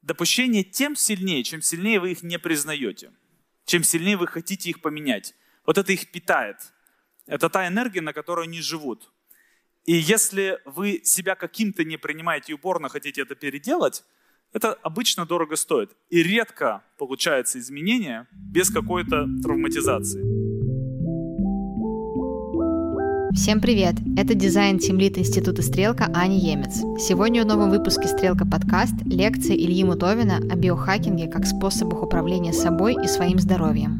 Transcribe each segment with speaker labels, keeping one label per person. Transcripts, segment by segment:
Speaker 1: допущения тем сильнее, чем сильнее вы их не признаете, чем сильнее вы хотите их поменять. Вот это их питает. Это та энергия, на которой они живут. И если вы себя каким-то не принимаете и упорно хотите это переделать, это обычно дорого стоит. И редко получается изменение без какой-то травматизации.
Speaker 2: Всем привет! Это дизайн-тимлид Института Стрелка Аня Емец. Сегодня в новом выпуске Стрелка подкаст лекция Ильи Мутовина о биохакинге как способах управления собой и своим здоровьем.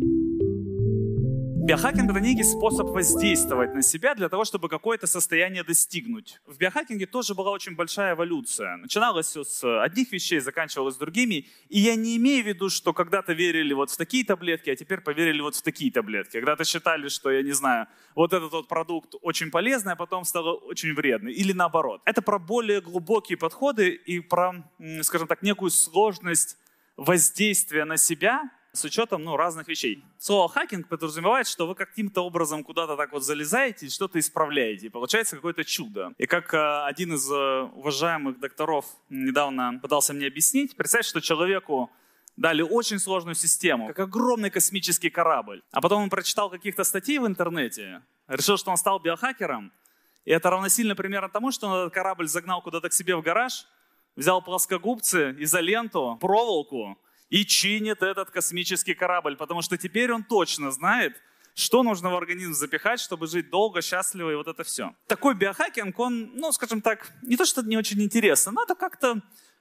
Speaker 1: Биохакинг – это некий способ воздействовать на себя для того, чтобы какое-то состояние достигнуть. В биохакинге тоже была очень большая эволюция. Начиналось все с одних вещей, заканчивалось другими. И я не имею в виду, что когда-то верили вот в такие таблетки, а теперь поверили вот в такие таблетки. Когда-то считали, что, я не знаю, вот этот вот продукт очень полезный, а потом стал очень вредный. Или наоборот. Это про более глубокие подходы и про, скажем так, некую сложность воздействия на себя с учетом разных вещей. Слово «хакинг» подразумевает, что вы каким-то образом куда-то так вот залезаете и что-то исправляете. И получается какое-то чудо. И как один из уважаемых докторов недавно пытался мне объяснить, представьте, что человеку дали очень сложную систему, как огромный космический корабль. А потом он прочитал каких-то статей в интернете, решил, что он стал биохакером. И это равносильно примерно тому, что он этот корабль загнал куда-то к себе в гараж, взял плоскогубцы, изоленту, проволоку, и чинит этот космический корабль, потому что теперь он точно знает, что нужно в организм запихать, чтобы жить долго, счастливо и вот это все. Такой биохакинг, он, скажем так, не то, что не очень интересно, но это как-то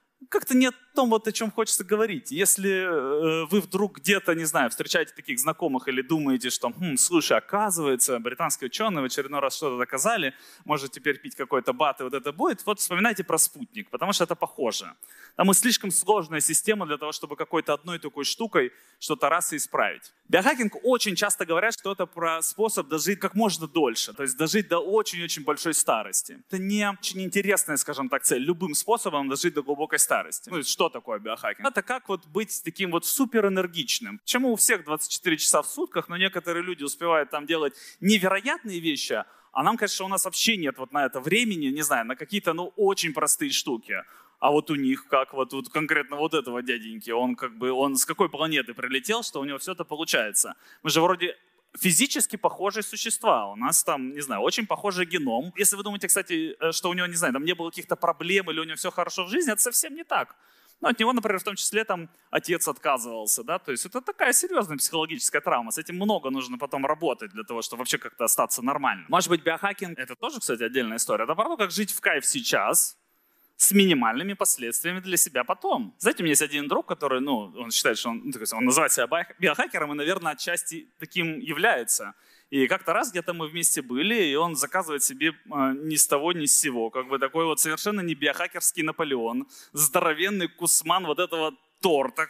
Speaker 1: не о том, вот о чем хочется говорить. Если вы вдруг где-то, не знаю, встречаете таких знакомых или думаете, что, слушай, оказывается, британские ученые в очередной раз что-то доказали, может теперь пить какой-то бат и вот это будет, вот вспоминайте про спутник, потому что это похоже. Там и слишком сложная система для того, чтобы какой-то одной такой штукой что-то раз и исправить. Биохакинг очень часто говорят, что это про способ дожить как можно дольше, то есть дожить до очень-очень большой старости. Это не очень интересная, скажем так, цель, любым способом дожить до глубокой старости. Что такое биохакинг? Это как вот быть таким вот суперэнергичным. Почему у всех 24 часа в сутках, но некоторые люди успевают там делать невероятные вещи, а нам кажется, что у нас вообще нет вот на это времени, не знаю, на какие-то очень простые штуки. А вот у них, как вот конкретно вот этого дяденьки, он с какой планеты прилетел, что у него все это получается. Мы же вроде физически похожие существа. У нас там, не знаю, очень похожий геном. Если вы думаете, кстати, что у него, не знаю, там не было каких-то проблем или у него все хорошо в жизни, это совсем не так. От него, например, в том числе там отец отказывался, да, то есть это такая серьезная психологическая травма. С этим много нужно потом работать для того, чтобы вообще как-то остаться нормальным. Может быть, биохакинг, это тоже, кстати, отдельная история. Это про то, как жить в кайф сейчас, с минимальными последствиями для себя потом. Знаете, у меня есть один друг, который, он считает, что он называет себя биохакером и, наверное, отчасти таким является. И как-то раз где-то мы вместе были, и он заказывает себе ни с того, ни с сего, такой вот совершенно не биохакерский Наполеон, здоровенный кусман вот этого торта,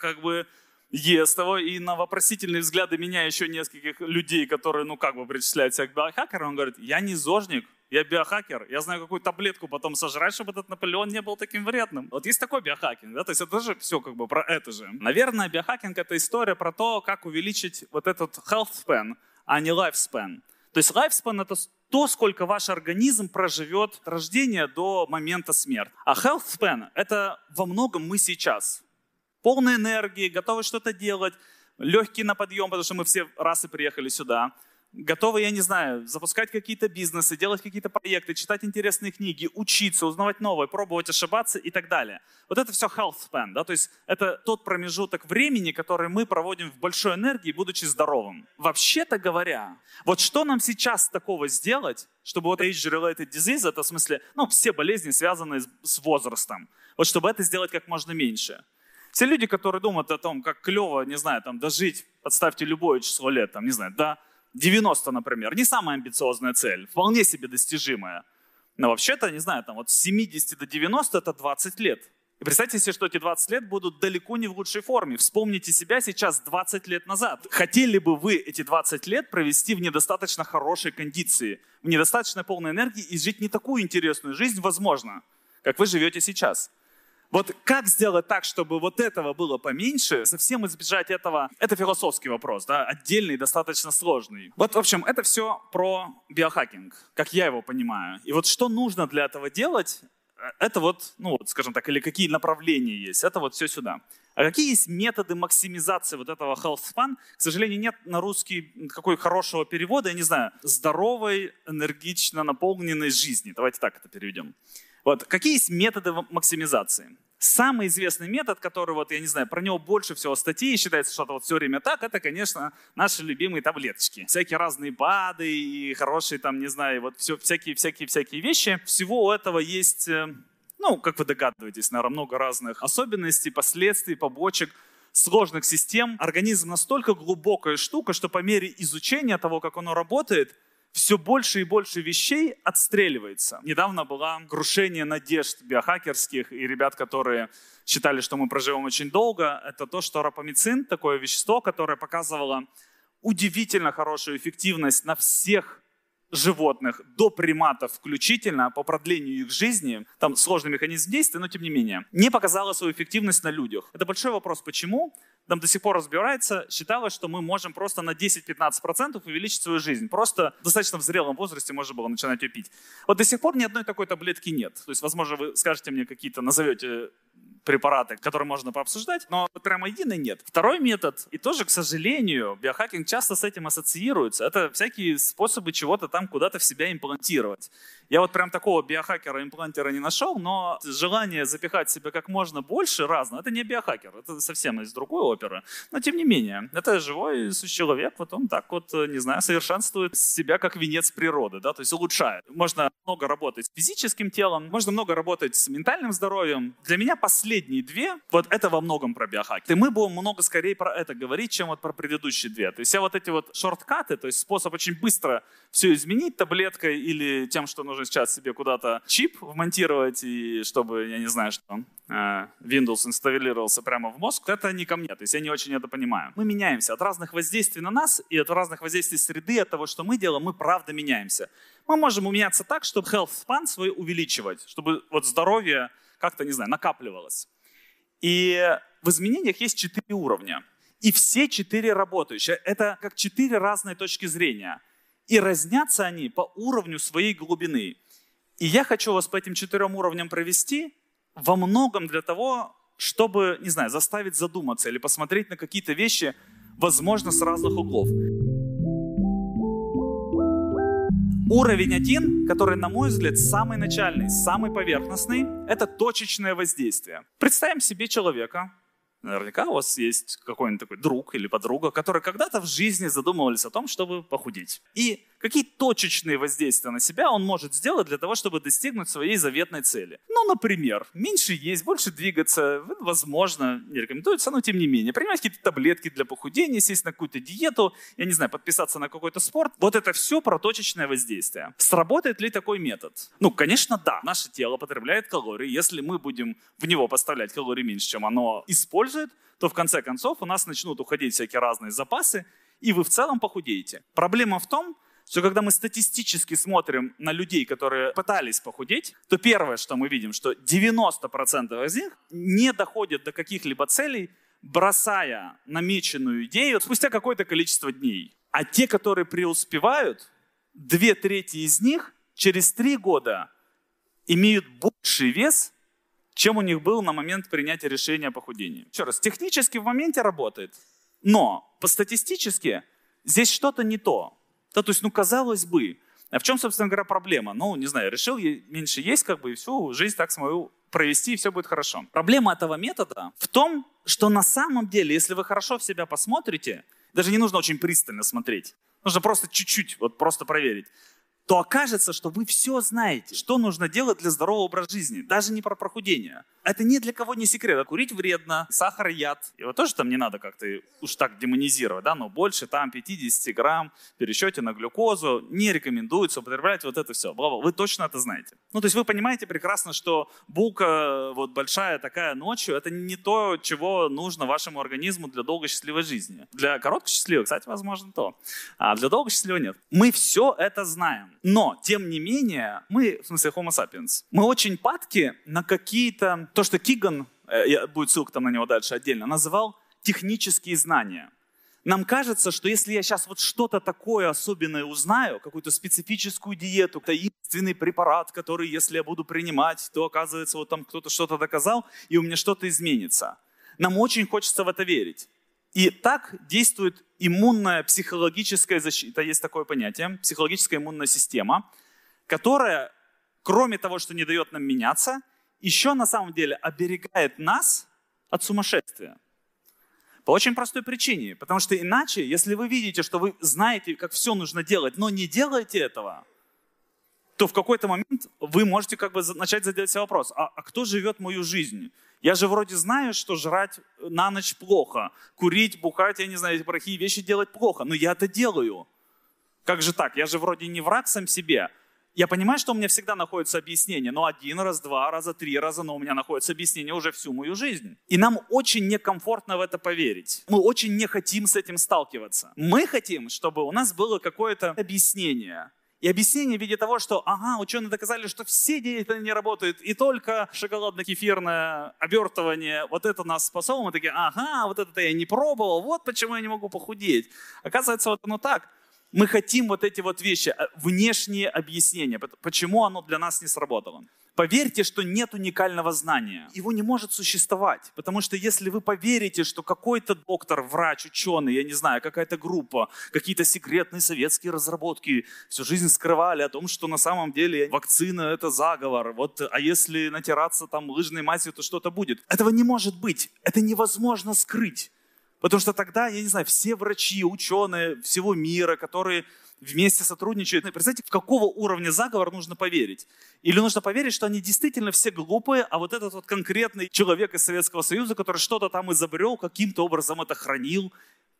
Speaker 1: ест его, и на вопросительные взгляды меня еще нескольких людей, которые, причисляют себя к биохакерам, он говорит: я не зожник, я биохакер, я знаю, какую таблетку потом сожрать, чтобы этот Наполеон не был таким вредным. Вот есть такой биохакинг, да, то есть это же все про это же. Наверное, биохакинг — это история про то, как увеличить вот этот health span, а не lifespan. То есть lifespan — это то, сколько ваш организм проживет от рождения до момента смерти. А health span — это во многом мы сейчас. Полной энергии, готовы что-то делать, легкие на подъем, потому что мы все раз и приехали сюда. Готовы, я не знаю, запускать какие-то бизнесы, делать какие-то проекты, читать интересные книги, учиться, узнавать новое, пробовать ошибаться и так далее. Вот это все health span, да, то есть это тот промежуток времени, который мы проводим в большой энергии, будучи здоровым. Вообще-то говоря, вот что нам сейчас такого сделать, чтобы вот age-related disease, это в смысле, все болезни, связанные с возрастом, вот чтобы это сделать как можно меньше. Все люди, которые думают о том, как клево, не знаю, дожить, подставьте любое число лет, не знаю, до 90, например, не самая амбициозная цель, вполне себе достижимая. Но вообще-то, не знаю, с 70 до 90 это 20 лет. И представьте себе, что эти 20 лет будут далеко не в лучшей форме. Вспомните себя сейчас 20 лет назад. Хотели бы вы эти 20 лет провести в недостаточно хорошей кондиции, в недостаточно полной энергии и жить не такую интересную жизнь, возможно, как вы живете сейчас? Вот как сделать так, чтобы вот этого было поменьше, совсем избежать этого, это философский вопрос, да, отдельный, достаточно сложный. Вот, в общем, это все про биохакинг, как я его понимаю. И вот что нужно для этого делать, Это вот, скажем так, или какие направления есть, это вот все сюда. А какие есть методы максимизации вот этого health span? К сожалению, нет на русский какой хорошего перевода, я не знаю, здоровой, энергично наполненной жизни. Давайте так это переведем. Вот, какие есть методы максимизации? Самый известный метод, который, вот, я не знаю, про него больше всего статей, считается, что это вот все время так, это, конечно, наши любимые таблеточки. Всякие разные БАДы и хорошие там, не знаю, вот все, всякие вещи. Всего этого есть, как вы догадываетесь, наверное, много разных особенностей, последствий, побочек, сложных систем. Организм настолько глубокая штука, что по мере изучения того, как оно работает, все больше и больше вещей отстреливается. Недавно было крушение надежд биохакерских и ребят, которые считали, что мы проживем очень долго. Это то, что рапамицин, такое вещество, которое показывало удивительно хорошую эффективность на всех животных, до приматов включительно, по продлению их жизни. Там сложный механизм действия, но тем не менее. Не показало свою эффективность на людях. Это большой вопрос, почему. Там до сих пор разбирается, считалось, что мы можем просто на 10-15% увеличить свою жизнь. Просто достаточно в зрелом возрасте можно было начинать ее пить. Вот до сих пор ни одной такой таблетки нет. То есть, возможно, вы скажете мне какие-то, назовете препараты, которые можно пообсуждать, но прямо единой нет. Второй метод, и тоже, к сожалению, биохакинг часто с этим ассоциируется, это всякие способы чего-то там куда-то в себя имплантировать. Я вот прям такого биохакера-имплантера не нашел, но желание запихать в себя как можно больше разного, это не биохакер, это совсем из другой оперы. Но тем не менее, это живой человек, вот он так вот, не знаю, совершенствует себя как венец природы, да, то есть улучшает. Можно много работать с физическим телом, можно много работать с ментальным здоровьем. Для меня последние две, вот это во многом про биохакинг. И мы будем много скорее про это говорить, чем вот про предыдущие две. То есть вот эти вот шорткаты, то есть способ очень быстро все изменить таблеткой или тем, что нужно сейчас себе куда-то чип вмонтировать, и чтобы, я не знаю, что Windows инсталлировался прямо в мозг, это не ко мне, то есть я не очень это понимаю. Мы меняемся от разных воздействий на нас и от разных воздействий среды, от того, что мы делаем, мы правда меняемся. Мы можем меняться так, чтобы health span свой увеличивать, чтобы вот здоровье как-то, не знаю, накапливалось. И в изменениях есть 4 уровня. И все 4 работающие. Это как 4 разные точки зрения. И разнятся они по уровню своей глубины. И я хочу вас по этим 4 уровням провести во многом для того, чтобы, не знаю, заставить задуматься или посмотреть на какие-то вещи, возможно, с разных углов. Уровень 1, который, на мой взгляд, самый начальный, самый поверхностный, это точечное воздействие. Представим себе человека, наверняка у вас есть какой-нибудь такой друг или подруга, которые когда-то в жизни задумывались о том, чтобы похудеть. И какие точечные воздействия на себя он может сделать для того, чтобы достигнуть своей заветной цели. Ну, например, меньше есть, больше двигаться, возможно, не рекомендуется, но тем не менее. Принимать какие-то таблетки для похудения, сесть на какую-то диету, я не знаю, подписаться на какой-то спорт. Вот это все про точечное воздействие. Сработает ли такой метод? Ну, конечно, да. Наше тело потребляет калории. Если мы будем в него поставлять калорий меньше, чем оно использует, то в конце концов у нас начнут уходить всякие разные запасы, и вы в целом похудеете. Проблема в том, что когда мы статистически смотрим на людей, которые пытались похудеть, то первое, что мы видим, что 90% из них не доходят до каких-либо целей, бросая намеченную идею спустя какое-то количество дней. А те, которые преуспевают, 2/3 из них через 3 года имеют больший вес, чем у них был на момент принятия решения о похудении. Еще раз, технически в моменте работает, но по-статистически здесь что-то не то. Да, то есть, казалось бы, а в чем, собственно говоря, проблема? Не знаю, решил меньше есть, и всю жизнь так смогу провести, и все будет хорошо. Проблема этого метода в том, что на самом деле, если вы хорошо в себя посмотрите, даже не нужно очень пристально смотреть, нужно просто чуть-чуть, просто проверить, то окажется, что вы все знаете, что нужно делать для здорового образа жизни, даже не про похудение. Это ни для кого не секрет. Курить вредно, сахар яд. Его тоже там не надо как-то уж так демонизировать, да, но больше там 50 грамм в пересчете на глюкозу не рекомендуется употреблять вот это все. Вы точно это знаете. То есть вы понимаете прекрасно, что булка большая такая ночью, это не то, чего нужно вашему организму для долгой счастливой жизни. Для короткой счастливой, кстати, возможно, то. А для долгой счастливой нет. Мы все это знаем. Но, тем не менее, мы, в смысле Homo sapiens, мы очень падки на какие-то, то, что Киган, будет ссылка там на него дальше отдельно, называл технические знания. Нам кажется, что если я сейчас что-то такое особенное узнаю, какую-то специфическую диету, таинственную таинственный препарат, который, если я буду принимать, то, оказывается, вот там кто-то что-то доказал, и у меня что-то изменится. Нам очень хочется в это верить. И так действует иммунная психологическая защита, есть такое понятие, психологическая иммунная система, которая, кроме того, что не дает нам меняться, еще на самом деле оберегает нас от сумасшествия. По очень простой причине. Потому что иначе, если вы видите, что вы знаете, как все нужно делать, но не делаете этого, то в какой-то момент вы можете как бы начать задавать себе вопрос, а кто живет мою жизнь? Я же вроде знаю, что жрать на ночь плохо, курить, бухать, я не знаю, эти плохие вещи делать плохо, но я это делаю. Как же так? Я же вроде не враг сам себе. Я понимаю, что у меня всегда находится объяснение, но 1 раз, 2 раза, 3 раза, но у меня находится объяснение уже всю мою жизнь. И нам очень некомфортно в это поверить. Мы очень не хотим с этим сталкиваться. Мы хотим, чтобы у нас было какое-то объяснение. И объяснение в виде того, что, ученые доказали, что все диеты не работают, и только шоколадно-кефирное обертывание, вот это нас спасало. Мы такие, вот это я не пробовал, вот почему я не могу похудеть. Оказывается, вот оно так. Мы хотим вот эти вот вещи, внешние объяснения, почему оно для нас не сработало. Поверьте, что нет уникального знания. Его не может существовать. Потому что если вы поверите, что какой-то доктор, врач, ученый, я не знаю, какая-то группа, какие-то секретные советские разработки всю жизнь скрывали о том, что на самом деле вакцина – это заговор. А если натираться там лыжной мазью, то что-то будет. Этого не может быть. Это невозможно скрыть. Потому что тогда, я не знаю, все врачи, ученые всего мира, которые вместе сотрудничают. Представьте, в какого уровня заговор нужно поверить? Или нужно поверить, что они действительно все глупые, а вот этот вот конкретный человек из Советского Союза, который что-то там изобрел, каким-то образом это хранил,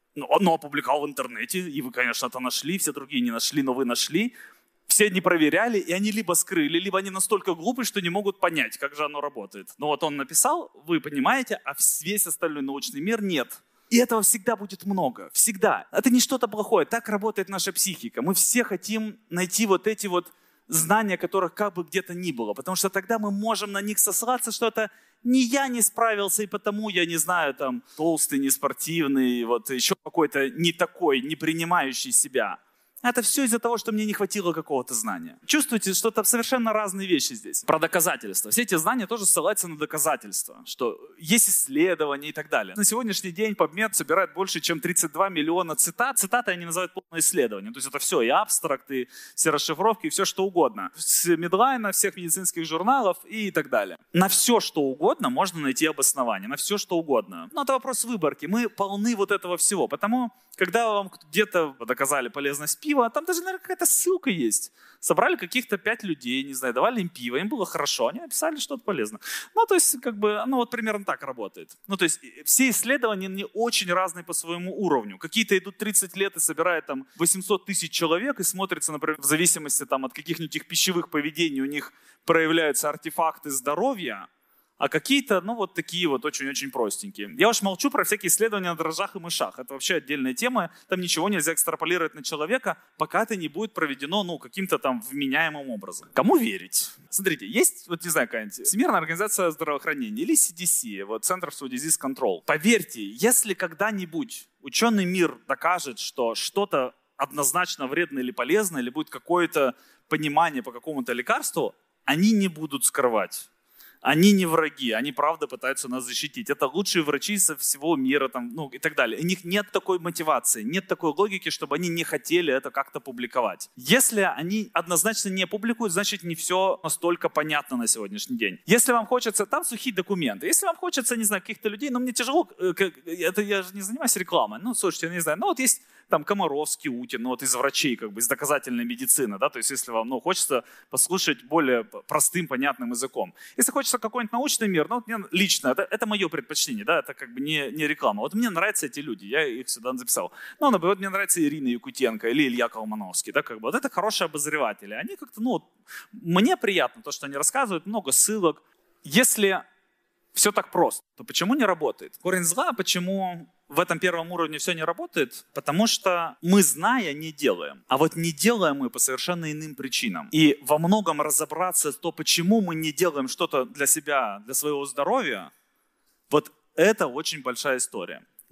Speaker 1: но опубликовал в интернете, и вы, конечно, это нашли, все другие не нашли, но вы нашли. Все не проверяли, и они либо скрыли, либо они настолько глупы, что не могут понять, как же оно работает. Но вот он написал, вы понимаете, а весь остальной научный мир нет. И этого всегда будет много, всегда. Это не что-то плохое, так работает наша психика. Мы все хотим найти вот эти вот знания, которых как бы где-то ни было. Потому что тогда мы можем на них сослаться, что это не я не справился, и потому я не знаю, там, толстый, неспортивный, вот еще какой-то не такой, не принимающий себя. Это все из-за того, что мне не хватило какого-то знания. Чувствуете, что это совершенно разные вещи здесь. Про доказательства. Все эти знания тоже ссылаются на доказательства, что есть исследования и так далее. На сегодняшний день PubMed собирает больше, чем 32 миллиона цитат. Цитаты они называют полное исследование. То есть это все, и абстракты, все расшифровки, и все что угодно. С Медлайна, всех медицинских журналов и так далее. На все что угодно можно найти обоснование, на все что угодно. Но это вопрос выборки. Мы полны вот этого всего. Потому, когда вам где-то доказали полезность пива, там даже, наверное, какая-то ссылка есть. Собрали каких-то 5 людей, не знаю, давали им пиво, им было хорошо, они написали что-то полезное. То есть, вот примерно так работает. То есть, все исследования, они очень разные по своему уровню. Какие-то идут 30 лет и собирают там 800 тысяч человек и смотрится, например, в зависимости там от каких-нибудь их пищевых поведений у них проявляются артефакты здоровья, а какие-то, вот такие вот очень-очень простенькие. Я уж молчу про всякие исследования на дрожжах и мышах. Это вообще отдельная тема. Там ничего нельзя экстраполировать на человека, пока это не будет проведено, каким-то там вменяемым образом. Кому верить? Смотрите, есть, не знаю, какая-нибудь Всемирная организация здравоохранения или CDC, Center for Disease Control. Поверьте, если когда-нибудь ученый мир докажет, что что-то однозначно вредно или полезно, или будет какое-то понимание по какому-то лекарству, они не будут скрывать. Они не враги, они правда пытаются нас защитить. Это лучшие врачи со всего мира и так далее. У них нет такой мотивации, нет такой логики, чтобы они не хотели это как-то публиковать. Если они однозначно не публикуют, значит не все настолько понятно на сегодняшний день. Если вам хочется, там сухие документы. Если вам хочется, не знаю, каких-то людей, мне тяжело, это я же не занимаюсь рекламой, слушайте, я не знаю, есть там Комаровский, Утин, из врачей, из доказательной медицины, да, то есть если вам, хочется послушать более простым, понятным языком. Если хочется какой-нибудь научный мир, мне лично, это мое предпочтение, да, это не реклама. Мне нравятся эти люди, я их сюда записал. Например, мне нравится Ирина Якутенко или Илья Колмановский, да, вот это хорошие обозреватели. Они как-то, мне приятно то, что они рассказывают, много ссылок. Если все так просто, то почему не работает? Корень зла, почему в этом первом уровне все не работает? Потому что мы, зная, не делаем. А вот не делаем мы по совершенно иным причинам. И во многом разобраться в том, почему мы не делаем что-то для себя, для своего здоровья, вот это очень большая история.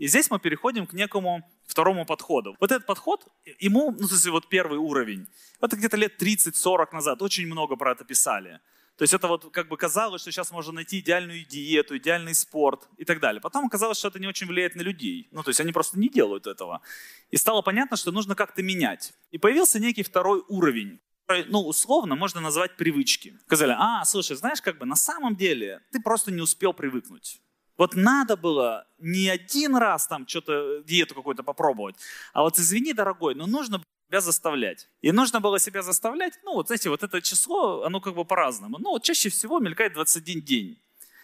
Speaker 1: И здесь мы переходим к некому второму подходу. Вот этот подход, ему, вот первый уровень, это где-то лет 30-40 назад очень много про это писали. То есть это вот как бы казалось, что сейчас можно найти идеальную диету, идеальный спорт и так далее. Потом оказалось, что это не очень влияет на людей. То есть они просто не делают этого. И стало понятно, что нужно как-то менять. И появился некий второй уровень. Условно можно назвать привычки. Сказали, слушай, знаешь, на самом деле ты просто не успел привыкнуть. Вот надо было не один раз там что-то, диету какую-то попробовать, а вот извини, дорогой, но нужно было себя заставлять. И нужно было себя заставлять, вот это число, оно по-разному. Чаще всего мелькает 21 день.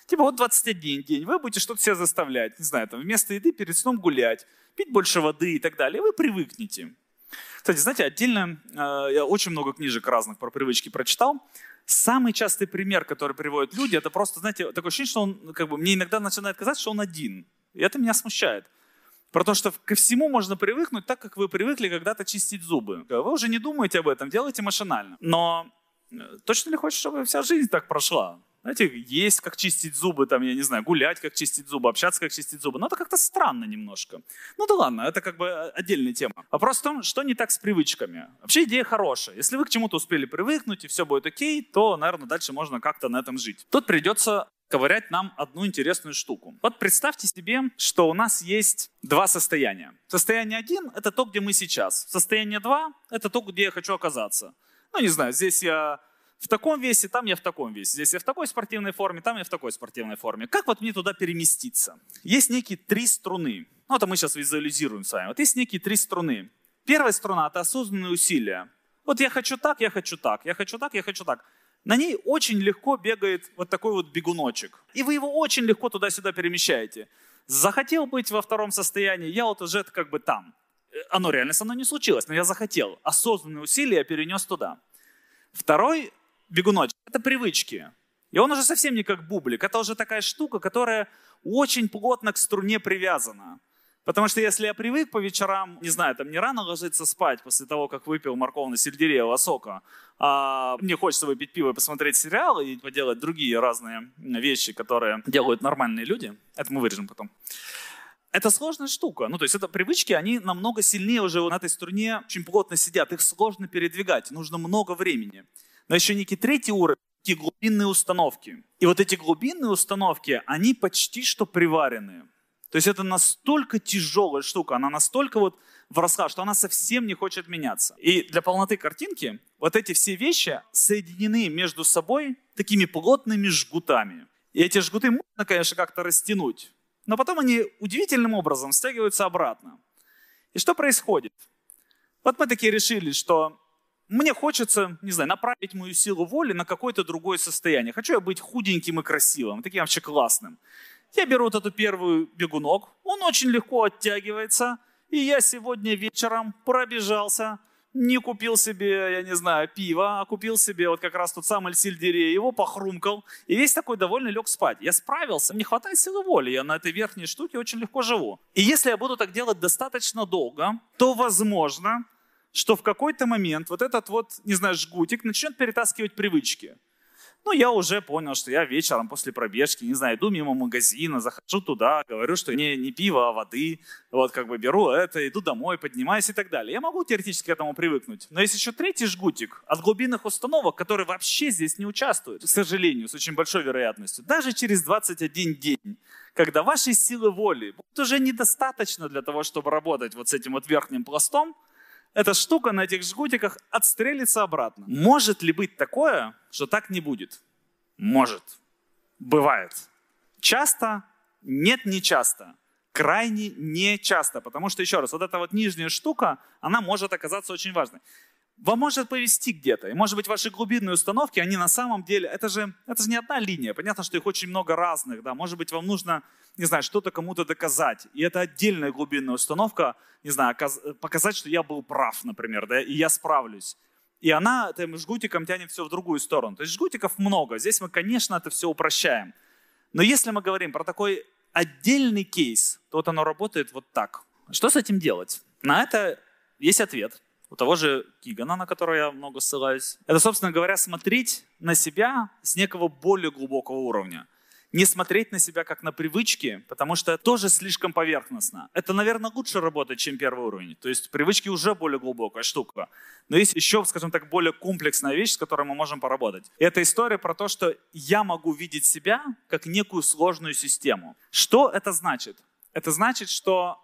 Speaker 1: 21 день, вы будете что-то себя заставлять, не знаю, вместо еды перед сном гулять, пить больше воды и так далее, и вы привыкнете. Кстати, знаете, отдельно я очень много книжек разных про привычки прочитал. Самый частый пример, который приводят люди, это просто, знаете, такое ощущение, что он, мне иногда начинает казаться, что он один. И это меня смущает. Потому что ко всему можно привыкнуть так, как вы привыкли когда-то чистить зубы. Вы уже не думаете об этом, делаете машинально. Но точно ли хочешь, чтобы вся жизнь так прошла? Знаете, есть как чистить зубы, гулять как чистить зубы, общаться как чистить зубы. Но это как-то странно немножко. Да ладно, это отдельная тема. Вопрос в том, что не так с привычками. Вообще идея хорошая. Если вы к чему-то успели привыкнуть и все будет окей, то, наверное, дальше можно как-то на этом жить. Тут придется ковырять нам одну интересную штуку. Вот представьте себе, что у нас есть два состояния. Состояние 1 – это то, где мы сейчас. Состояние 2 – это то, где я хочу оказаться. Здесь я в таком весе, там я в таком весе. Здесь я в такой спортивной форме, там я в такой спортивной форме. Как мне туда переместиться? Есть некие 3 струны. Это мы сейчас визуализируем с вами. Есть некие 3 струны. Первая струна – это осознанные усилия. Я хочу так, я хочу так, я хочу так, я хочу так. На ней очень легко бегает вот такой бегуночек. И вы его очень легко туда-сюда перемещаете. Захотел быть во втором состоянии, я уже там. Оно реально со мной не случилось, но я захотел. Осознанные усилия я перенес туда. Второй бегуночек – это привычки. И он уже совсем не как бублик. Это уже такая штука, которая очень плотно к струне привязана. Потому что если я привык по вечерам, не рано ложиться спать после того, как выпил морковно-сельдереевого сока, а мне хочется выпить пиво и посмотреть сериал и поделать другие разные вещи, которые делают нормальные люди. Это мы вырежем потом. Это сложная штука. Это привычки, они намного сильнее уже на этой струне очень плотно сидят. Их сложно передвигать, нужно много времени. Но еще некий третий уровень, такие глубинные установки. И эти глубинные установки, они почти что приварены. То есть это настолько тяжелая штука, она настолько вросла, что она совсем не хочет меняться. И для полноты картинки эти все вещи соединены между собой такими плотными жгутами. И эти жгуты можно, конечно, как-то растянуть, но потом они удивительным образом стягиваются обратно. И что происходит? Мы такие решили, что мне хочется, направить мою силу воли на какое-то другое состояние. Хочу я быть худеньким и красивым, таким вообще классным. Я беру эту первую бегунок, он очень легко оттягивается, и я сегодня вечером пробежался, не купил себе, пиво, а купил себе как раз тот самый сельдерей, его похрумкал, и весь такой довольный лег спать. Я справился, мне хватает силы воли, я на этой верхней штуке очень легко живу. И если я буду так делать достаточно долго, то возможно, что в какой-то момент этот жгутик начнет перетаскивать привычки. Я уже понял, что я вечером после пробежки, иду мимо магазина, захожу туда, говорю, что не пиво, а воды, беру это, иду домой, поднимаюсь и так далее. Я могу теоретически к этому привыкнуть. Но есть еще третий жгутик от глубинных установок, который вообще здесь не участвует, к сожалению, с очень большой вероятностью. Даже через 21 день, когда вашей силы воли будет уже недостаточно для того, чтобы работать с этим верхним пластом, эта штука на этих жгутиках отстрелится обратно. Может ли быть такое, что так не будет? Может. Бывает. Часто? Нет, не часто. Крайне не часто. Потому что, еще раз, эта нижняя штука, она может оказаться очень важной. Вам может повезти где-то. И, может быть, ваши глубинные установки, они на самом деле, это же не одна линия. Понятно, что их очень много разных. Да? Может быть, вам нужно, что-то кому-то доказать. И это отдельная глубинная установка, показать, что я был прав, например, да? И я справлюсь. И она этим жгутиком тянет все в другую сторону. То есть жгутиков много. Здесь мы, конечно, это все упрощаем. Но если мы говорим про такой отдельный кейс, то оно работает так. Что с этим делать? На это есть ответ. У того же Кигана, на которого я много ссылаюсь. Это, собственно говоря, смотреть на себя с некого более глубокого уровня. Не смотреть на себя как на привычки, потому что это тоже слишком поверхностно. Это, наверное, лучше работать, чем первый уровень. То есть привычки уже более глубокая штука. Но есть еще, скажем так, более комплексная вещь, с которой мы можем поработать. И это история про то, что я могу видеть себя как некую сложную систему. Что это значит? Это значит, что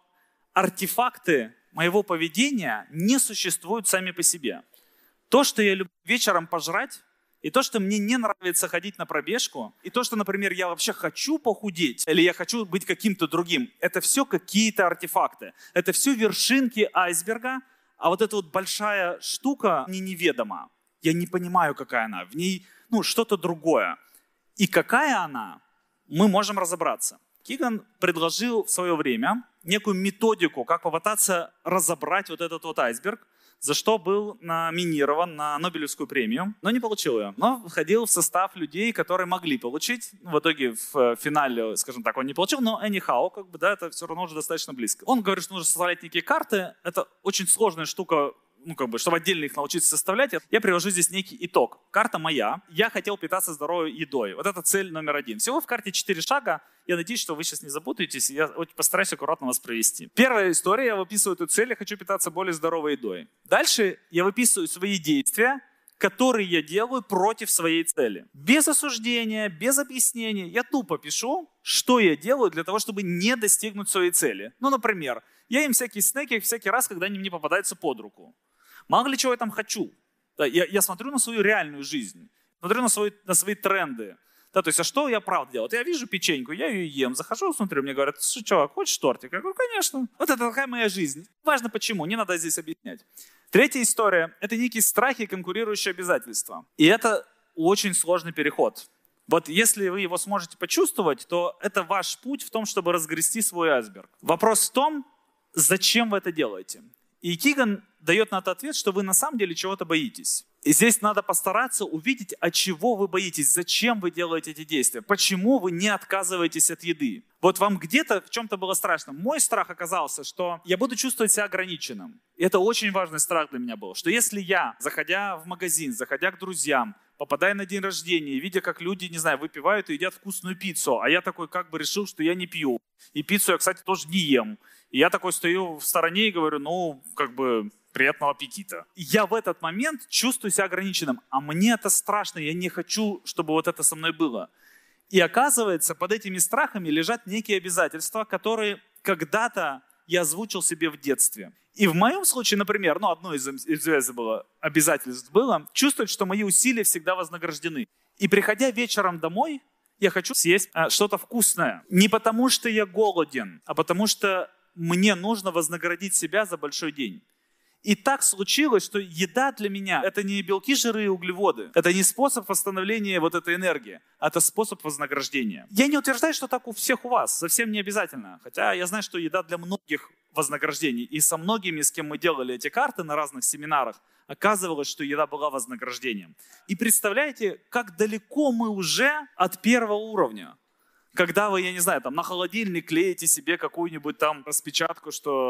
Speaker 1: артефакты моего поведения не существуют сами по себе. То, что я люблю вечером пожрать, и то, что мне не нравится ходить на пробежку, и то, что, например, я вообще хочу похудеть, или я хочу быть каким-то другим, это все какие-то артефакты. Это все вершинки айсберга, а вот эта вот большая штука мне неведома. Я не понимаю, какая она. В ней что-то другое. И какая она, мы можем разобраться. Киган предложил в свое время некую методику, как попытаться разобрать вот этот вот айсберг, за что был номинирован на Нобелевскую премию, но не получил ее. Но входил в состав людей, которые могли получить. В итоге в финале, скажем так, он не получил, но anyhow, это все равно уже достаточно близко. Он говорит, что нужно составлять некие карты. Это очень сложная штука, чтобы отдельно их научиться составлять. Я привожу здесь некий итог. Карта моя. Я хотел питаться здоровой едой. Вот это цель номер 1. Всего в карте 4 шага. Я надеюсь, что вы сейчас не запутаетесь. Я постараюсь аккуратно вас провести. Первая история. Я выписываю эту цель. Я хочу питаться более здоровой едой. Дальше я выписываю свои действия, которые я делаю против своей цели. Без осуждения, без объяснений. Я тупо пишу, что я делаю для того, чтобы не достигнуть своей цели. Например, я им всякие снеки всякий раз, когда они мне попадаются под руку. Мало ли чего я там хочу. Да, я смотрю на свою реальную жизнь, смотрю на свои тренды. Да, то есть, а что я правда делаю? Я вижу печеньку, я ее ем, захожу, смотрю, мне говорят, что, чувак, хочешь тортик? Я говорю, конечно. Вот это такая моя жизнь. Важно почему, не надо здесь объяснять. Третья история – это некие страхи и конкурирующие обязательства. И это очень сложный переход. Вот если вы его сможете почувствовать, то это ваш путь в том, чтобы разгрести свой айсберг. Вопрос в том, зачем вы это делаете. И Киган дает на это ответ, что вы на самом деле чего-то боитесь. И здесь надо постараться увидеть, от чего вы боитесь, зачем вы делаете эти действия, почему вы не отказываетесь от еды. Вот вам где-то в чем-то было страшно. Мой страх оказался, что я буду чувствовать себя ограниченным. И это очень важный страх для меня был, что если я, заходя в магазин, заходя к друзьям, попадая на день рождения, видя, как люди, выпивают и едят вкусную пиццу, а я такой решил, что я не пью. И пиццу я, кстати, тоже не ем. И я такой стою в стороне и говорю, приятного аппетита. Я в этот момент чувствую себя ограниченным, а мне это страшно, я не хочу, чтобы вот это со мной было. И оказывается, под этими страхами лежат некие обязательства, которые когда-то я озвучил себе в детстве. И в моем случае, например, одно из обязательств было чувствовать, что мои усилия всегда вознаграждены. И приходя вечером домой, я хочу съесть что-то вкусное. Не потому, что я голоден, а потому, что мне нужно вознаградить себя за большой день. И так случилось, что еда для меня – это не белки, жиры и углеводы. Это не способ восстановления вот этой энергии, а это способ вознаграждения. Я не утверждаю, что так у всех у вас, совсем не обязательно. Хотя я знаю, что еда для многих вознаграждений. И со многими, с кем мы делали эти карты на разных семинарах, оказывалось, что еда была вознаграждением. И представляете, как далеко мы уже от первого уровня. Когда вы, на холодильник клеите себе какую-нибудь распечатку,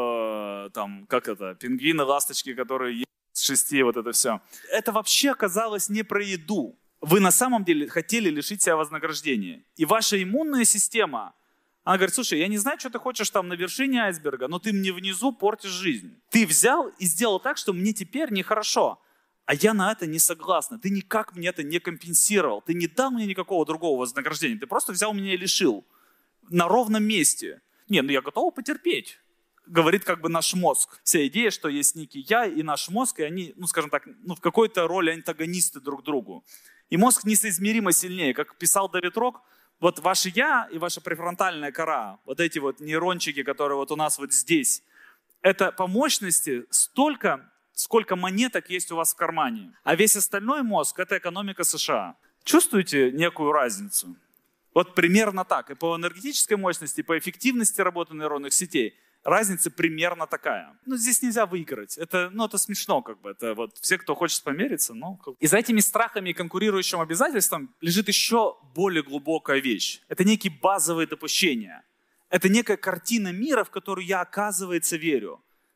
Speaker 1: что пингвины, ласточки, которые едят с 6, вот это все. Это вообще оказалось не про еду. Вы на самом деле хотели лишить себя вознаграждения. И ваша иммунная система, она говорит, слушай, я не знаю, что ты хочешь на вершине айсберга, но ты мне внизу портишь жизнь. Ты взял и сделал так, что мне теперь нехорошо. А я на это не согласна. Ты никак мне это не компенсировал. Ты не дал мне никакого другого вознаграждения. Ты просто взял меня и лишил. На ровном месте. Я готова потерпеть. Говорит наш мозг. Вся идея, что есть некий я и наш мозг, и они, в какой-то роли антагонисты друг другу. И мозг несоизмеримо сильнее. Как писал Дэвид Рок, вот ваше я и ваша префронтальная кора, вот эти вот нейрончики, которые вот у нас вот здесь, это по мощности столько, сколько монеток есть у вас в кармане. А весь остальной мозг – это экономика США. Чувствуете некую разницу? Вот примерно так. И по энергетической мощности, и по эффективности работы нейронных сетей разница примерно такая. Здесь нельзя выиграть. Это смешно Это вот все, кто хочет помериться. И за этими страхами и конкурирующим обязательством лежит еще более глубокая вещь. Это некие базовые допущения. Это некая картина мира, в которую я, оказывается, верю.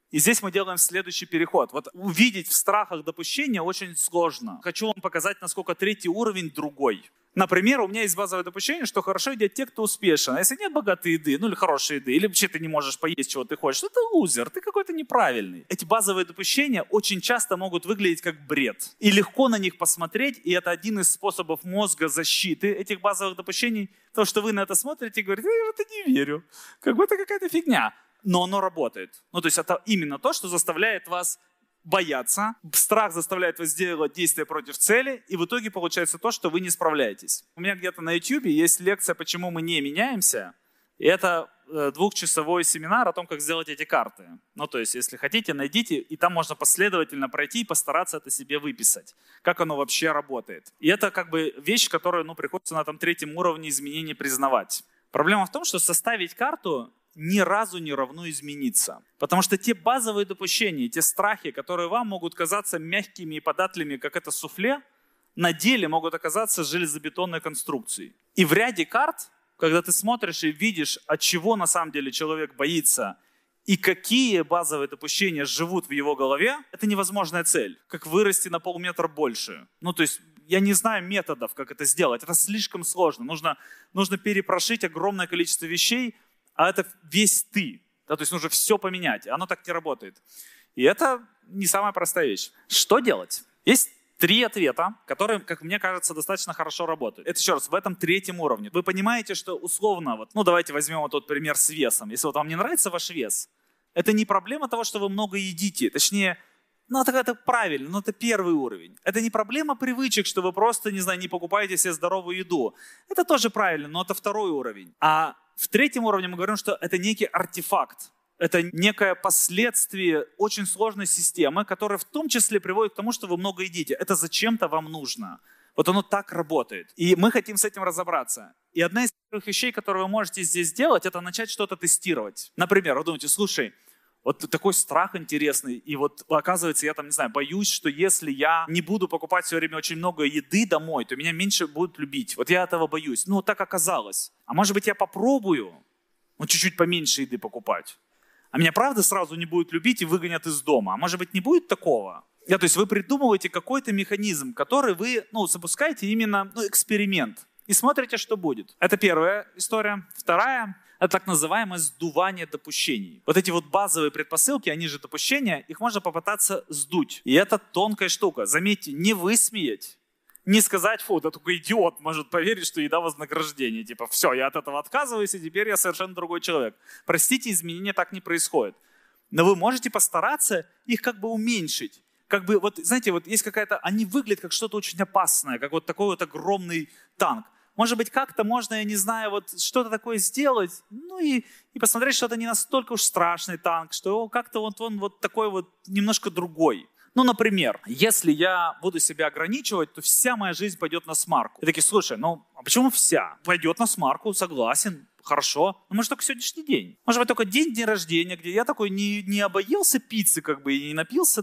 Speaker 1: И здесь мы делаем следующий переход. Вот увидеть в страхах допущения очень сложно. Хочу вам показать, насколько третий уровень другой. Например, у меня есть базовое допущение, что хорошо едят те, кто успешен. А если нет богатой еды, или хорошей еды, или вообще ты не можешь поесть, чего ты хочешь, то ты лузер, ты какой-то неправильный. Эти базовые допущения очень часто могут выглядеть как бред. И легко на них посмотреть, и это один из способов мозга защиты этих базовых допущений. То, что вы на это смотрите и говорите, я в это не верю, как бы это какая-то фигня. Но оно работает. То есть это именно то, что заставляет вас бояться. Страх заставляет вас сделать действия против цели, и в итоге получается то, что вы не справляетесь. У меня где-то на YouTube есть лекция «Почему мы не меняемся». И это 2-часовой семинар о том, как сделать эти карты. То есть, если хотите, найдите, и там можно последовательно пройти и постараться это себе выписать. Как оно вообще работает. И это как бы вещь, которую приходится на этом третьем уровне изменений признавать. Проблема в том, что составить карту ни разу не равно измениться. Потому что те базовые допущения, те страхи, которые вам могут казаться мягкими и податливыми, как это суфле, на деле могут оказаться железобетонной конструкцией. И в ряде карт, когда ты смотришь и видишь, от чего на самом деле человек боится, и какие базовые допущения живут в его голове, это невозможная цель. Как вырасти на полметра больше. То есть я не знаю методов, как это сделать. Это слишком сложно. Нужно перепрошить огромное количество вещей, а это весь ты. То есть нужно все поменять. Оно так не работает. И это не самая простая вещь. Что делать? Есть 3 ответа, которые, как мне кажется, достаточно хорошо работают. Это еще раз, в этом третьем уровне. Вы понимаете, что условно, давайте возьмем тот пример с весом. Если вам не нравится ваш вес, это не проблема того, что вы много едите. Точнее, это правильно, это первый уровень. Это не проблема привычек, что вы просто, не покупаете себе здоровую еду. Это тоже правильно, но это второй уровень. А в третьем уровне мы говорим, что это некий артефакт. Это некое последствие очень сложной системы, которая в том числе приводит к тому, что вы много едите. Это зачем-то вам нужно. Оно так работает. И мы хотим с этим разобраться. И одна из первых вещей, которые вы можете здесь сделать, это начать что-то тестировать. Например, вы думаете, слушай, такой страх интересный, и оказывается, я боюсь, что если я не буду покупать все время очень много еды домой, то меня меньше будут любить. Я этого боюсь. Так оказалось. А может быть, я попробую чуть-чуть поменьше еды покупать. А меня правда сразу не будут любить и выгонят из дома. А может быть, не будет такого? То есть вы придумываете какой-то механизм, который вы запускаете именно эксперимент. И смотрите, что будет. Это первая история. Вторая — это так называемое сдувание допущений. Эти базовые предпосылки, они же допущения, их можно попытаться сдуть. И это тонкая штука. Заметьте, не высмеять, не сказать, да только идиот может поверить, что еда вознаграждение. Все, я от этого отказываюсь, и теперь я совершенно другой человек. Простите, изменения так не происходят. Но вы можете постараться их уменьшить. Знаете, есть какая-то, они выглядят как что-то очень опасное, как такой огромный танк. Может быть, как-то можно, я не знаю, что-то такое сделать, и посмотреть, что это не настолько уж страшный танк, что как-то он такой немножко другой. Например, если я буду себя ограничивать, то вся моя жизнь пойдет на смарку. И такие, слушай, а почему вся? Пойдет на смарку, согласен, хорошо. Может, только сегодняшний день. Может быть, только день рождения, где я такой не обоелся пиццы, и не напился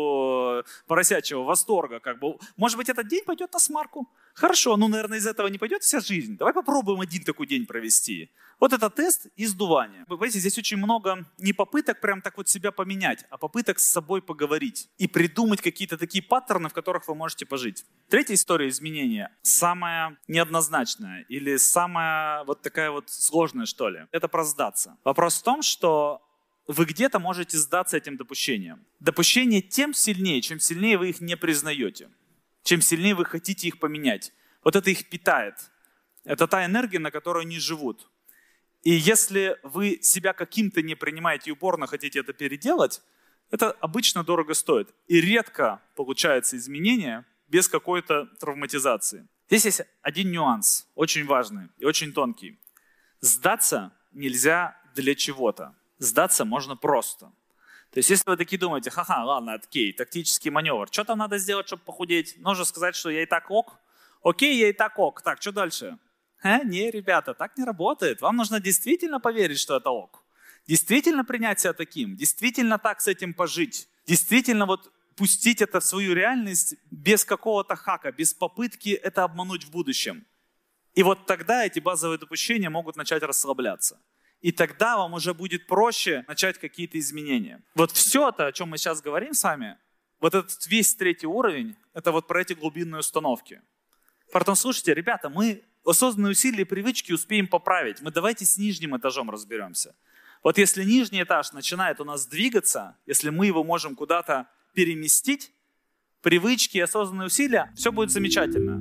Speaker 1: до поросячьего восторга, Может быть, этот день пойдет на смарку. Хорошо, наверное, из этого не пойдет вся жизнь. Давай попробуем один такой день провести. Это тест и сдувание. Вы понимаете, здесь очень много не попыток прям так себя поменять, а попыток с собой поговорить и придумать какие-то такие паттерны, в которых вы можете пожить. Третья история изменения, самая неоднозначная или самая такая сложная, что ли, это про сдаться. Вопрос в том, что вы где-то можете сдаться этим допущениям. Допущения тем сильнее, чем сильнее вы их не признаете, чем сильнее вы хотите их поменять. Это их питает. Это та энергия, на которой они живут. И если вы себя каким-то не принимаете и упорно хотите это переделать, это обычно дорого стоит. И редко получается изменение без какой-то травматизации. Здесь есть один нюанс, очень важный и очень тонкий. Сдаться нельзя для чего-то. Сдаться можно просто. То есть если вы такие думаете, ладно, окей, тактический маневр, что там надо сделать, чтобы похудеть? Нужно сказать, что я и так ок. Окей, я и так ок. Так, что дальше? Не, ребята, так не работает. Вам нужно действительно поверить, что это ок. Действительно принять себя таким. Действительно так с этим пожить. Действительно пустить это в свою реальность без какого-то хака, без попытки это обмануть в будущем. И тогда эти базовые допущения могут начать расслабляться. И тогда вам уже будет проще начать какие-то изменения. Вот все это, о чем мы сейчас говорим с вами, вот этот весь 3-й уровень, это вот про эти глубинные установки. Поэтому, слушайте, ребята, мы осознанные усилия и привычки успеем поправить. Мы давайте с нижним этажом разберемся. Вот если нижний этаж начинает у нас двигаться, если мы его можем куда-то переместить, привычки и осознанные усилия, все будет замечательно.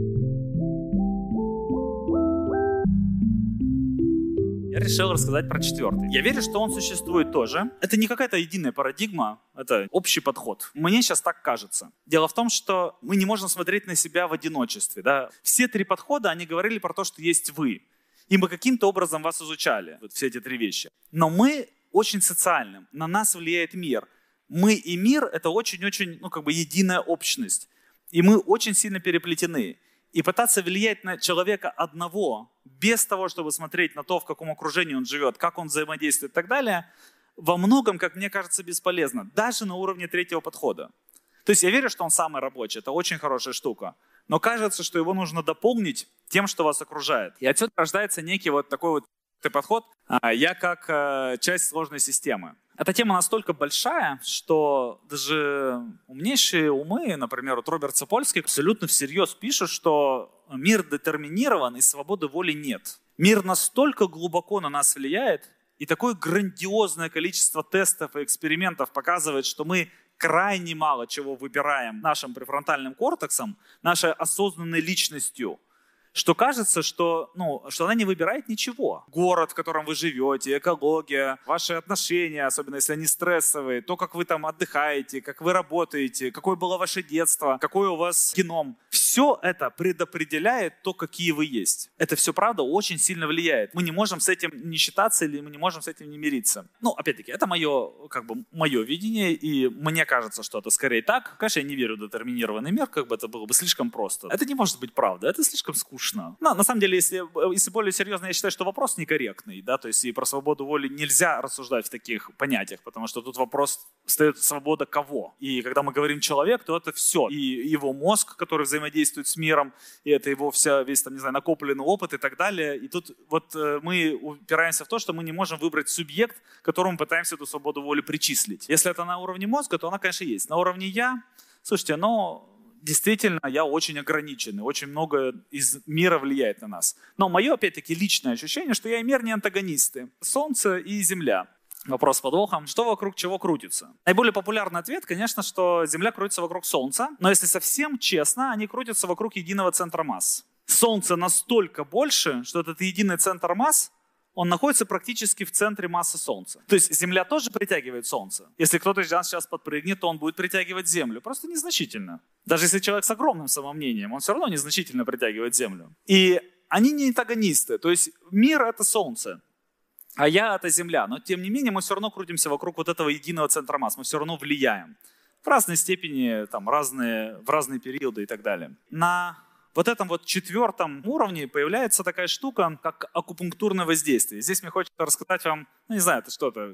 Speaker 1: Я решил рассказать про 4-й. Я верю, что он существует тоже. Это не какая-то единая парадигма, это общий подход. Мне сейчас так кажется. Дело в том, что мы не можем смотреть на себя в одиночестве. Да? Все 3 подхода, они говорили про то, что есть вы. И мы каким-то образом вас изучали, вот все эти 3 вещи. Но мы очень социальны, на нас влияет мир. Мы и мир — это очень-очень, единая общность. И мы очень сильно переплетены. И пытаться влиять на человека одного, без того, чтобы смотреть на то, в каком окружении он живет, как он взаимодействует и так далее, во многом, как мне кажется, бесполезно. Даже на уровне 3-го подхода. То есть я верю, что он самый рабочий, это очень хорошая штука. Но кажется, что его нужно дополнить тем, что вас окружает. И отсюда рождается некий вот такой вот подход. Я как часть сложной системы. Эта тема настолько большая, что даже умнейшие умы, например, вот Роберт Сапольский, абсолютно всерьез пишут, что мир детерминирован и свободы воли нет. Мир настолько глубоко на нас влияет, и такое грандиозное количество тестов и экспериментов показывает, что мы крайне мало чего выбираем нашим префронтальным кортексом, нашей осознанной личностью, что кажется, что она не выбирает ничего. Город, в котором вы живете, экология, ваши отношения, особенно если они стрессовые, то, как вы там отдыхаете, как вы работаете, какое было ваше детство, какой у вас геном. Все это предопределяет то, какие вы есть. Это все, правда, очень сильно влияет. Мы не можем с этим не считаться или мы не можем с этим не мириться. Опять-таки, это мое видение, и мне кажется, что это скорее так. Конечно, я не верю в детерминированный мир, это было бы слишком просто. Это не может быть правда, это слишком скучно. На самом деле, если более серьезно, я считаю, что вопрос некорректный, да, то есть и про свободу воли нельзя рассуждать в таких понятиях, потому что тут вопрос стоит свобода кого. И когда мы говорим человек, то это все. И его мозг, который взаимодействует с миром, и это его весь накопленный опыт и так далее. И тут вот мы упираемся в то, что мы не можем выбрать субъект, которому мы пытаемся эту свободу воли причислить. Если это на уровне мозга, то она, конечно, есть. На уровне «я», слушайте, действительно, я очень ограничен, и очень много из мира влияет на нас. Но мое, опять-таки, личное ощущение, что я и мир не антагонисты. Солнце и Земля. Вопрос с подвохом. Что вокруг чего крутится? Наиболее популярный ответ, конечно, что Земля крутится вокруг Солнца, но если совсем честно, они крутятся вокруг единого центра масс. Солнце настолько больше, что этот единый центр масс, он находится практически в центре массы Солнца. То есть Земля тоже притягивает Солнце. Если кто-то из нас сейчас подпрыгнет, то он будет притягивать Землю. Просто незначительно. Даже если человек с огромным самомнением, он все равно незначительно притягивает Землю. И они не антагонисты. То есть мир — это Солнце, а я — это Земля. Но тем не менее мы все равно крутимся вокруг вот этого единого центра масс. Мы все равно влияем. В разной степени, в разные периоды и так далее. На вот этом 4-м уровне появляется такая штука, как акупунктурное воздействие. Здесь мне хочется рассказать вам, не знаю, это что-то,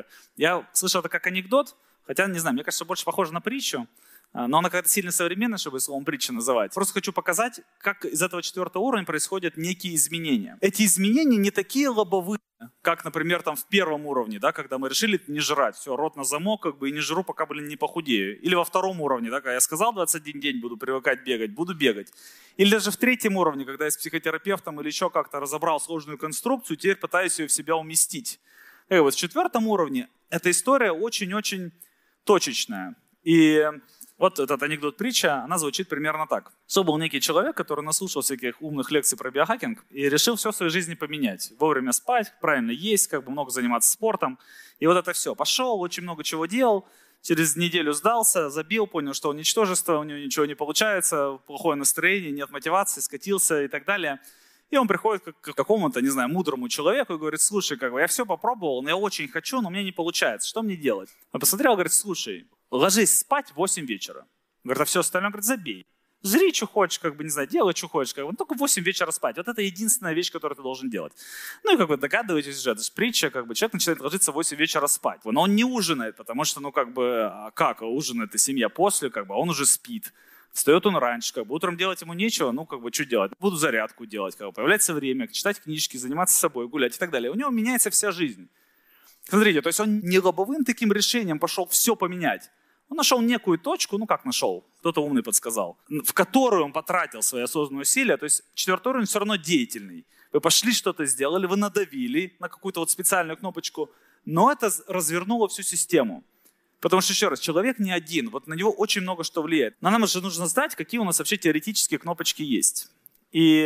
Speaker 1: я слышал это как анекдот, хотя, не знаю, мне кажется, больше похоже на притчу, но она какая-то сильно современная, чтобы словом притча называть. Просто хочу показать, как из этого 4-го уровня происходят некие изменения. Эти изменения не такие лобовые, как, например, в 1-м уровне, да, когда мы решили не жрать, все, рот на замок, и не жру, пока, не похудею. Или во 2-м уровне, да, когда я сказал 21 день буду привыкать бегать, буду бегать. Или даже в 3-м уровне, когда я с психотерапевтом или еще как-то разобрал сложную конструкцию, теперь пытаюсь ее в себя уместить. И вот в 4-м уровне эта история очень-очень точечная. И вот этот анекдот-притча, она звучит примерно так. Что был некий человек, который наслушал всяких умных лекций про биохакинг и решил все в своей жизни поменять. Вовремя спать, правильно есть, много заниматься спортом. И вот это все. Пошел, очень много чего делал. Через неделю сдался, забил, понял, что он ничтожество, у него ничего не получается, плохое настроение, нет мотивации, скатился и так далее. И он приходит к какому-то, мудрому человеку и говорит: слушай, я все попробовал, но я очень хочу, но у меня не получается, что мне делать? Он посмотрел, говорит: слушай, ложись спать в 8 вечера. Говорит: а все остальное, забей. Жри, что хочешь, делай, что хочешь, только в 8 вечера спать. Вот это единственная вещь, которую ты должен делать. И догадываетесь уже, это же притча, человек начинает ложиться в 8 вечера спать. Но он не ужинает, потому что, как ужинает семья после, он уже спит. Встает он раньше, утром делать ему нечего, что делать? Буду зарядку делать, появляется время, читать книжки, заниматься собой, гулять и так далее. У него меняется вся жизнь. Смотрите, то есть он не лобовым таким решением пошел все поменять. Он нашел некую точку, нашел, кто-то умный подсказал, в которую он потратил свои осознанные усилия. То есть 4-й уровень все равно деятельный. Вы пошли, что-то сделали, вы надавили на какую-то специальную кнопочку, но это развернуло всю систему. Потому что, еще раз, человек не один, на него очень много что влияет. Но нам же нужно знать, какие у нас вообще теоретические кнопочки есть. И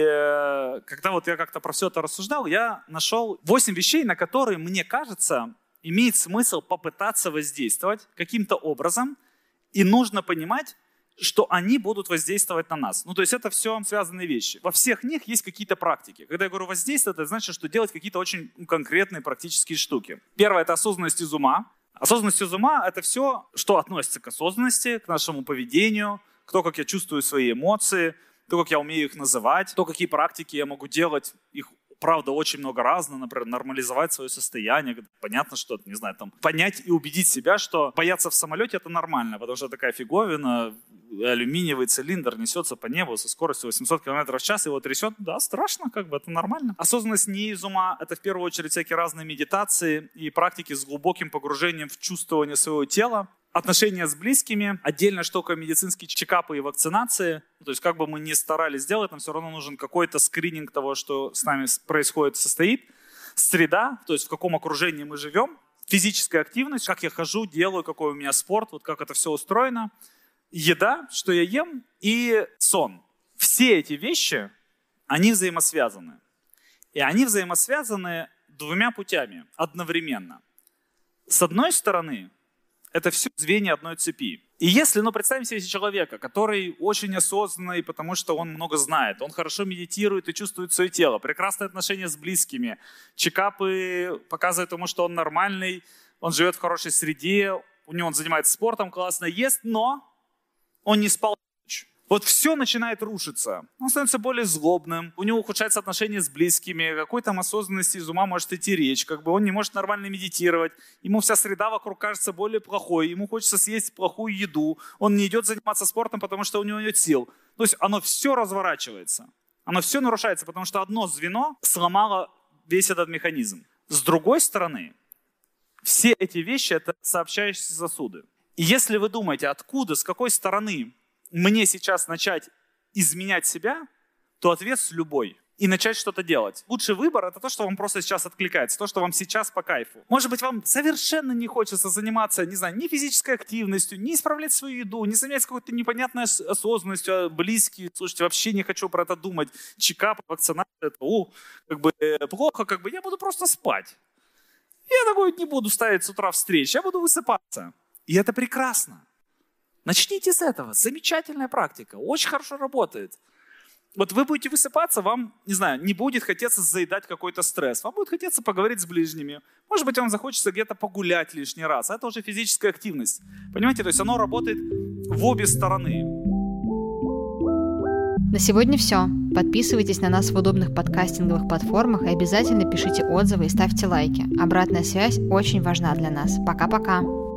Speaker 1: когда я как-то про все это рассуждал, я нашел 8 вещей, на которые, мне кажется, имеет смысл попытаться воздействовать каким-то образом, и нужно понимать, что они будут воздействовать на нас. То есть это все связанные вещи. Во всех них есть какие-то практики. Когда я говорю воздействовать, это значит, что делать какие-то очень конкретные практические штуки. Первое – это осознанность из ума. Осознанность из ума – это все, что относится к осознанности, к нашему поведению, к тому, как я чувствую свои эмоции, то, как я умею их называть, то, какие практики я могу делать. Их, правда, очень много разных. Например, нормализовать свое состояние. Понятно, что, понять и убедить себя, что бояться в самолете – это нормально, потому что такая фиговина, алюминиевый цилиндр несется по небу со скоростью 800 км в час, его трясет. Да, страшно, это нормально. Осознанность не из ума – это в первую очередь всякие разные медитации и практики с глубоким погружением в чувствование своего тела. Отношения с близкими, отдельная штука медицинские чекапы и вакцинации. То есть как бы мы ни старались сделать, нам все равно нужен какой-то скрининг того, что с нами происходит, состоит. Среда, то есть в каком окружении мы живем. Физическая активность, как я хожу, делаю, какой у меня спорт, как это все устроено. Еда, что я ем, и сон. Все эти вещи, они взаимосвязаны. И они взаимосвязаны 2 путями одновременно. С одной стороны, это все звенья одной цепи. И если, представим себе человека, который очень осознанный, потому что он много знает, он хорошо медитирует и чувствует свое тело, прекрасные отношения с близкими, чекапы показывают ему, что он нормальный, он живет в хорошей среде, он занимается спортом, классно ест, но он не спал ночь. Все начинает рушиться. Он становится более злобным, у него ухудшаются отношения с близкими, какой там осознанности из ума может идти речь, он не может нормально медитировать, ему вся среда вокруг кажется более плохой, ему хочется съесть плохую еду, он не идет заниматься спортом, потому что у него нет сил. То есть оно все разворачивается, оно все нарушается, потому что одно звено сломало весь этот механизм. С другой стороны, все эти вещи – это сообщающиеся сосуды. И если вы думаете, откуда, с какой стороны мне сейчас начать изменять себя, то ответ с любой. И начать что-то делать. Лучший выбор – это то, что вам просто сейчас откликается, то, что вам сейчас по кайфу. Может быть, вам совершенно не хочется заниматься, ни физической активностью, ни исправлять свою еду, не заниматься какой-то непонятной осознанностью, а близкие. Слушайте, вообще не хочу про это думать. Чекап, вакцинация – это плохо, я буду просто спать. Я такой не буду ставить с утра встреч, я буду высыпаться. И это прекрасно. Начните с этого. Замечательная практика. Очень хорошо работает. Вы будете высыпаться, вам, не будет хотеться заедать какой-то стресс. Вам будет хотеться поговорить с ближними. Может быть, вам захочется где-то погулять лишний раз. Это уже физическая активность. Понимаете? То есть оно работает в обе стороны.
Speaker 2: На сегодня все. Подписывайтесь на нас в удобных подкастинговых платформах и обязательно пишите отзывы и ставьте лайки. Обратная связь очень важна для нас. Пока-пока.